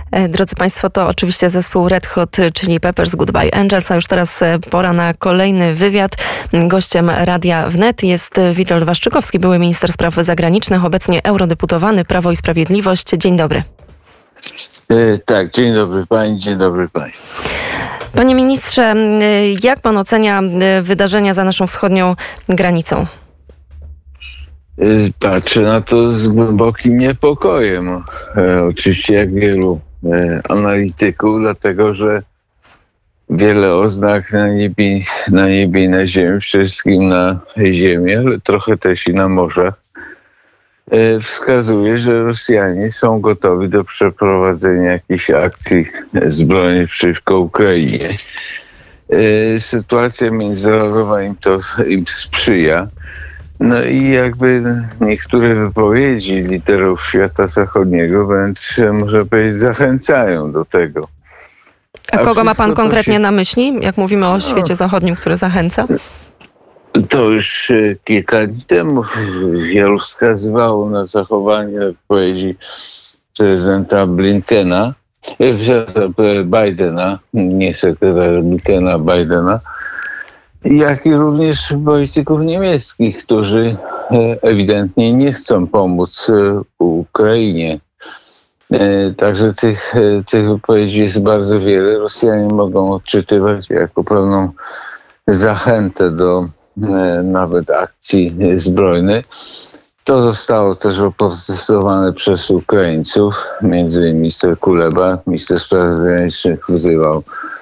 Drodzy Państwo, to oczywiście zespół Red Hot Chili Peppers Goodbye Angels, a już teraz pora na kolejny wywiad. Gościem Radia Wnet jest Witold Waszczykowski, były minister spraw zagranicznych, obecnie eurodeputowany Prawo i Sprawiedliwość. Dzień dobry. Tak, dzień dobry pani, dzień dobry państwu. Panie ministrze, jak pan ocenia wydarzenia za naszą wschodnią granicą? Patrzę na to z głębokim niepokojem. Oczywiście jak wielu analityków, dlatego że wiele oznak na niebie i na ziemi, przede wszystkim na ziemi, ale trochę też i na morzach, wskazuje, że Rosjanie są gotowi do przeprowadzenia jakichś akcji zbrojnych przeciwko Ukrainie. Sytuacja międzynarodowa im sprzyja. No i jakby niektóre wypowiedzi liderów świata zachodniego wręcz, można powiedzieć, zachęcają do tego. A kogo ma pan konkretnie na myśli, jak mówimy o świecie zachodnim, który zachęca? To już kilka dni temu wielu wskazywało na zachowanie wypowiedzi prezydenta Bidena, nie sekretarza Blinkena, Bidena, jak i również polityków niemieckich, którzy ewidentnie nie chcą pomóc Ukrainie. Także tych wypowiedzi jest bardzo wiele. Rosjanie mogą odczytywać jako pewną zachętę do nawet akcji zbrojnej. To zostało też oprotestowane przez Ukraińców. Między innymi minister Kuleba, minister spraw zagranicznych, wzywał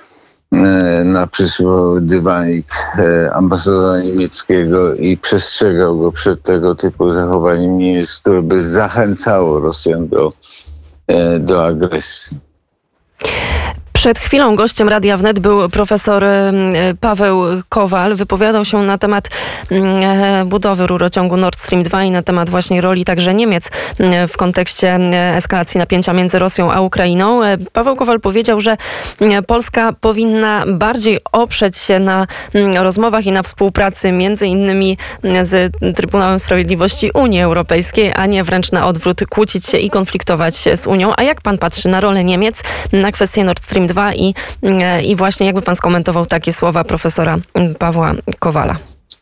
na przysłowiowy dywanik ambasadora niemieckiego i przestrzegał go przed tego typu zachowaniem Niemiec, które by zachęcało Rosjan do agresji. Przed chwilą gościem Radia Wnet był profesor Paweł Kowal. Wypowiadał się na temat budowy rurociągu Nord Stream 2 i na temat właśnie roli także Niemiec w kontekście eskalacji napięcia między Rosją a Ukrainą. Paweł Kowal powiedział, że Polska powinna bardziej oprzeć się na rozmowach i na współpracy między innymi z Trybunałem Sprawiedliwości Unii Europejskiej, a nie wręcz na odwrót kłócić się i konfliktować się z Unią. A jak pan patrzy na rolę Niemiec, na kwestię Nord Stream 2 i właśnie jakby pan skomentował takie słowa profesora Pawła Kowala?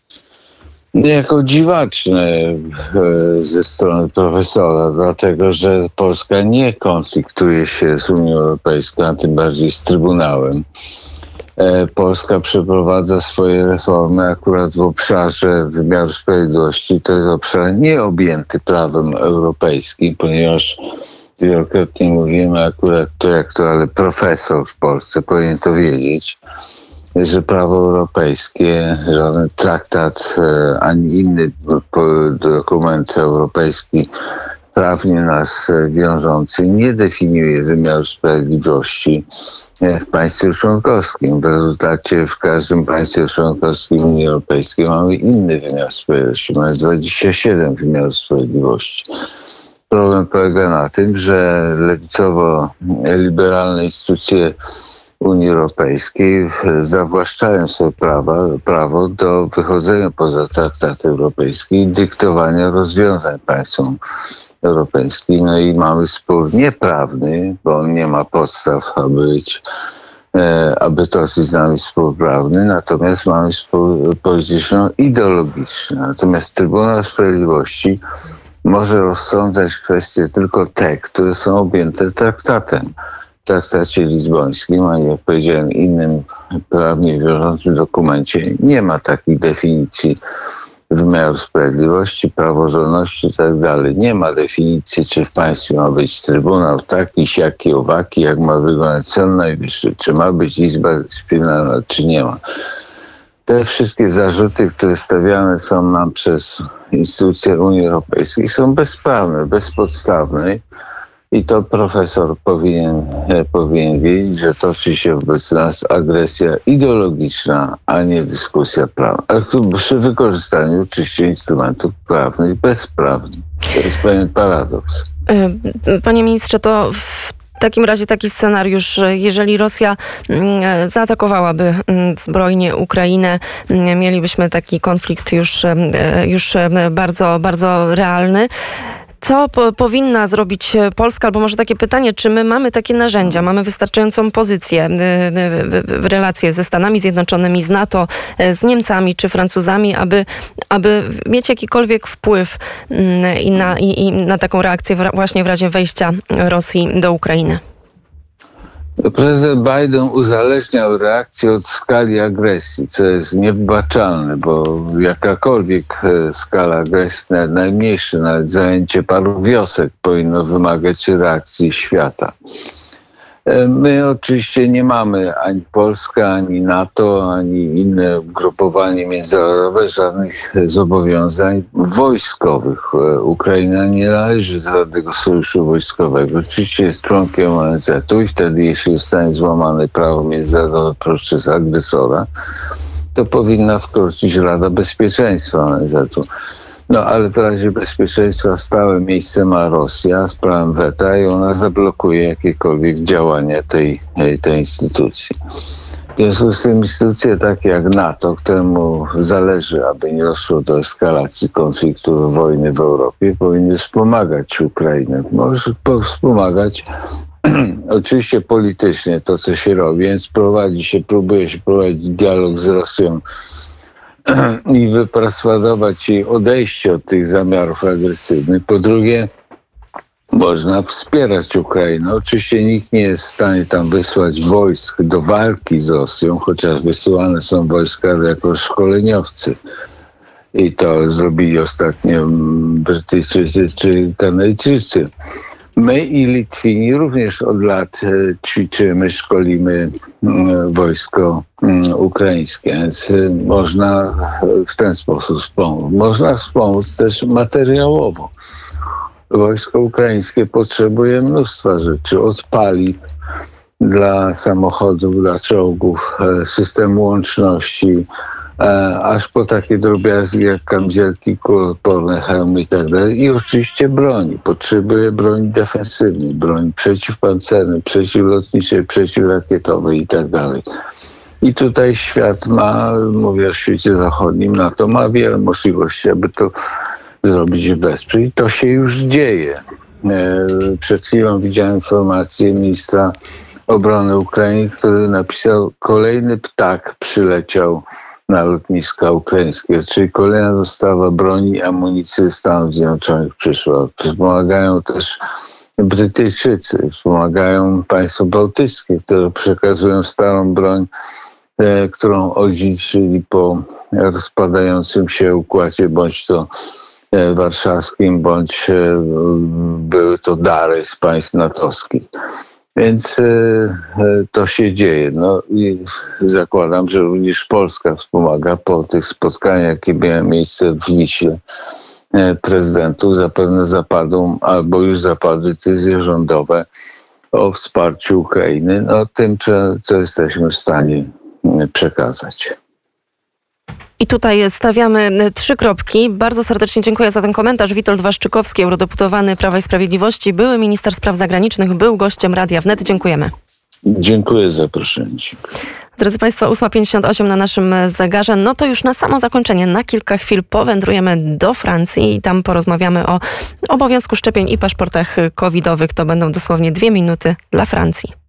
Jako dziwaczne ze strony profesora, dlatego że Polska nie konfliktuje się z Unią Europejską, a tym bardziej z Trybunałem. Polska przeprowadza swoje reformy akurat w obszarze wymiaru sprawiedliwości. To jest obszar nieobjęty prawem europejskim, ponieważ wielokrotnie mówimy akurat ale profesor w Polsce powinien to wiedzieć, że prawo europejskie, żaden traktat ani inny dokument europejski prawnie nas wiążący nie definiuje wymiaru sprawiedliwości w państwie członkowskim. W rezultacie w każdym państwie członkowskim Unii Europejskiej mamy inny wymiar sprawiedliwości. Mamy 27 wymiarów sprawiedliwości. Problem polega na tym, że lewicowo-liberalne instytucje Unii Europejskiej zawłaszczają sobie prawo do wychodzenia poza traktaty europejskie i dyktowania rozwiązań państwom europejskim. No i mamy spór nieprawny, bo on nie ma podstaw, aby toczyć z nami spór prawny, natomiast mamy spór polityczno-ideologiczny. Natomiast Trybunał Sprawiedliwości może rozsądzać kwestie tylko te, które są objęte traktatem. W traktacie lizbońskim, a jak powiedziałem, innym prawnie wiążącym dokumencie nie ma takiej definicji wymiaru sprawiedliwości, praworządności i tak dalej. Nie ma definicji, czy w państwie ma być trybunał taki, siaki, owaki, jak ma wyglądać Sąd Najwyższy, czy ma być Izba Dyscyplinarna, czy nie ma. Te wszystkie zarzuty, które stawiane są nam przez instytucje Unii Europejskiej, są bezprawne, bezpodstawne i to profesor powinien wiedzieć, że toczy się wobec nas agresja ideologiczna, a nie dyskusja prawna. Przy wykorzystaniu oczywiście instrumentów prawnych bezprawnych. To jest pewien paradoks. Panie ministrze, to w takim razie taki scenariusz, jeżeli Rosja zaatakowałaby zbrojnie Ukrainę, mielibyśmy taki konflikt już bardzo, bardzo realny. Co powinna zrobić Polska? Albo może takie pytanie, czy my mamy takie narzędzia, mamy wystarczającą pozycję w relacje ze Stanami Zjednoczonymi, z NATO, z Niemcami czy Francuzami, aby mieć jakikolwiek wpływ i na taką reakcję właśnie w razie wejścia Rosji do Ukrainy? Prezydent Biden uzależniał reakcję od skali agresji, co jest niewybaczalne, bo jakakolwiek skala agresji, nawet najmniejsze, nawet zajęcie paru wiosek powinno wymagać reakcji świata. My oczywiście nie mamy ani Polska, ani NATO, ani inne ugrupowanie międzynarodowe żadnych zobowiązań wojskowych. Ukraina nie należy do żadnego sojuszu wojskowego. Oczywiście jest członkiem ONZ-u i wtedy, jeśli zostanie złamane prawo międzynarodowe przez agresora, to powinna wkroczyć Rada Bezpieczeństwa ONZ-u. No ale w razie bezpieczeństwa stałe miejsce ma Rosja z prawem weta i ona zablokuje jakiekolwiek działania tej instytucji. W związku z tym instytucje takie jak NATO, któremu zależy, aby nie doszło do eskalacji konfliktu, wojny w Europie, powinny wspomagać Ukrainę. Może wspomagać oczywiście politycznie to, co się robi, więc próbuje się prowadzić dialog z Rosją i wypracować jej odejście od tych zamiarów agresywnych. Po drugie, można wspierać Ukrainę. Oczywiście nikt nie jest w stanie tam wysłać wojsk do walki z Rosją, chociaż wysyłane są wojska jako szkoleniowcy. I to zrobili ostatnio Brytyjczycy czy Kanadyjczycy. My i Litwini również od lat ćwiczymy, szkolimy wojsko ukraińskie, więc można w ten sposób wspomóc. Można wspomóc też materiałowo. Wojsko ukraińskie potrzebuje mnóstwa rzeczy, od paliw dla samochodów, dla czołgów, systemu łączności, aż po takie drobiazgi jak kamizelki kuloodporne, hełmy i tak dalej. I oczywiście broni. Potrzebuje broni defensywnej, broni przeciwpancernej, przeciwlotniczej, przeciwrakietowej i tak dalej. I tutaj świat ma, mówię o świecie zachodnim, NATO ma wiele możliwości, aby to zrobić i wesprzeć. I to się już dzieje. Przed chwilą widziałem informację ministra obrony Ukrainy, który napisał: kolejny ptak przyleciał na lotniska ukraińskie, czyli kolejna dostawa broni i amunicji ze Stanów Zjednoczonych przyszła. Pomagają też Brytyjczycy, pomagają państwa bałtyckie, które przekazują starą broń, którą odziedziczyli po rozpadającym się układzie, bądź to warszawskim, bądź były to dary z państw natowskich. Więc to się dzieje. No i zakładam, że również Polska wspomaga po tych spotkaniach, jakie miały miejsce w Wiśle prezydentów. Zapewne zapadną albo już zapadły decyzje rządowe o wsparciu Ukrainy, no tym, co jesteśmy w stanie przekazać. I tutaj stawiamy 3 kropki. Bardzo serdecznie dziękuję za ten komentarz. Witold Waszczykowski, eurodeputowany Prawa i Sprawiedliwości, były minister spraw zagranicznych, był gościem Radia Wnet. Dziękujemy. Dziękuję za zaproszenie. Drodzy Państwo, 8:58 na naszym zegarze. No to już na samo zakończenie, na kilka chwil powędrujemy do Francji i tam porozmawiamy o obowiązku szczepień i paszportach covidowych. To będą dosłownie 2 minuty dla Francji.